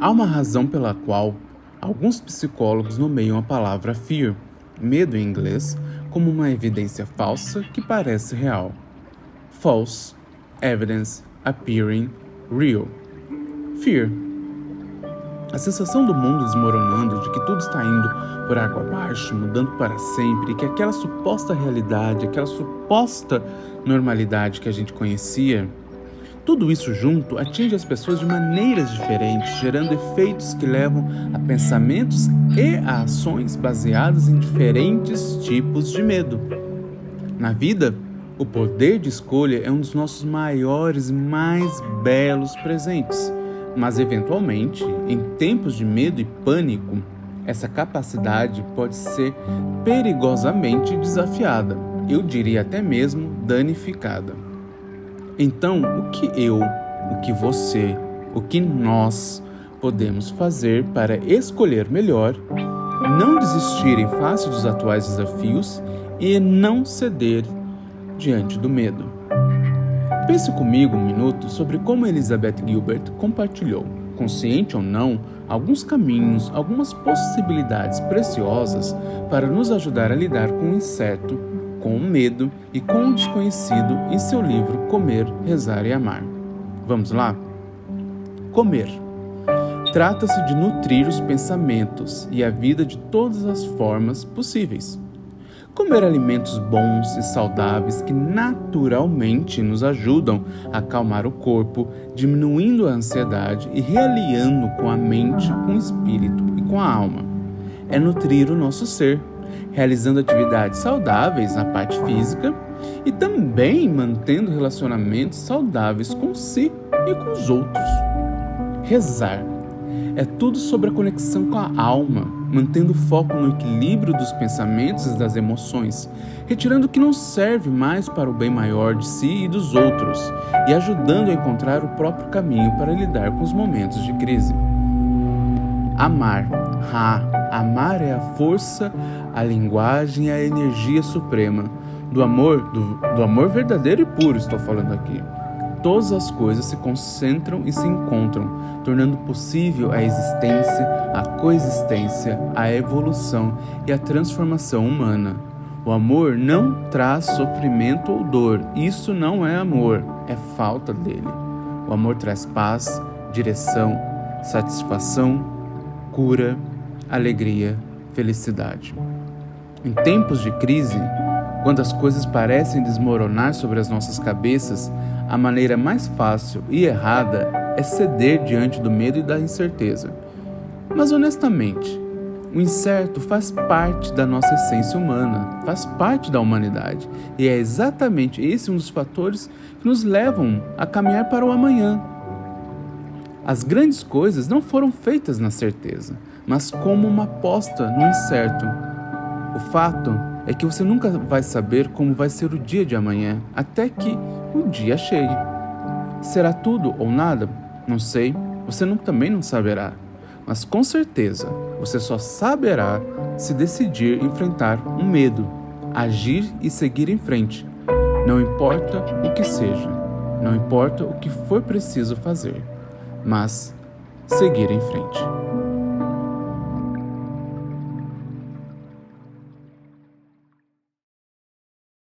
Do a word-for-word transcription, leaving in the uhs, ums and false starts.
Há uma razão pela qual alguns psicólogos nomeiam a palavra fear, medo em inglês, como uma evidência falsa que parece real. False evidence appearing real. Fear. A sensação do mundo desmoronando, de que tudo está indo por água abaixo, mudando para sempre, e que aquela suposta realidade, aquela suposta normalidade que a gente conhecia, tudo isso junto atinge as pessoas de maneiras diferentes, gerando efeitos que levam a pensamentos e a ações baseadas em diferentes tipos de medo. Na vida, o poder de escolha é um dos nossos maiores e mais belos presentes. Mas, eventualmente, em tempos de medo e pânico, essa capacidade pode ser perigosamente desafiada, eu diria até mesmo danificada. Então, o que eu, o que você, o que nós podemos fazer para escolher melhor, não desistir em face dos atuais desafios e não ceder diante do medo? Pense comigo um minuto sobre como Elizabeth Gilbert compartilhou, consciente ou não, alguns caminhos, algumas possibilidades preciosas para nos ajudar a lidar com o incerto, com o medo e com o desconhecido em seu livro Comer, Rezar e Amar. Vamos lá? Comer. Trata-se de nutrir os pensamentos e a vida de todas as formas possíveis. Comer alimentos bons e saudáveis que naturalmente nos ajudam a acalmar o corpo, diminuindo a ansiedade e realinhando com a mente, com o espírito e com a alma. É nutrir o nosso ser, realizando atividades saudáveis na parte física e também mantendo relacionamentos saudáveis com si e com os outros. Rezar é tudo sobre a conexão com a alma, mantendo o foco no equilíbrio dos pensamentos e das emoções, retirando o que não serve mais para o bem maior de si e dos outros, e ajudando a encontrar o próprio caminho para lidar com os momentos de crise. Amar. Ah, amar é a força, a linguagem e a energia suprema. Do amor, do, do amor verdadeiro e puro, estou falando aqui. Todas as coisas se concentram e se encontram, tornando possível a existência, a coexistência, a evolução e a transformação humana. O amor não traz sofrimento ou dor. Isso não é amor, é falta dele. O amor traz paz, direção, satisfação, cura, alegria, felicidade. Em tempos de crise, quando as coisas parecem desmoronar sobre as nossas cabeças, a maneira mais fácil e errada é ceder diante do medo e da incerteza. Mas honestamente, o incerto faz parte da nossa essência humana, faz parte da humanidade, e é exatamente esse um dos fatores que nos levam a caminhar para o amanhã. As grandes coisas não foram feitas na certeza, mas como uma aposta no incerto. O fato é que você nunca vai saber como vai ser o dia de amanhã, até que o dia chegue. Será tudo ou nada? Não sei, você não, também não saberá. Mas com certeza, você só saberá se decidir enfrentar um medo, agir e seguir em frente. Não importa o que seja, não importa o que for preciso fazer, mas seguir em frente.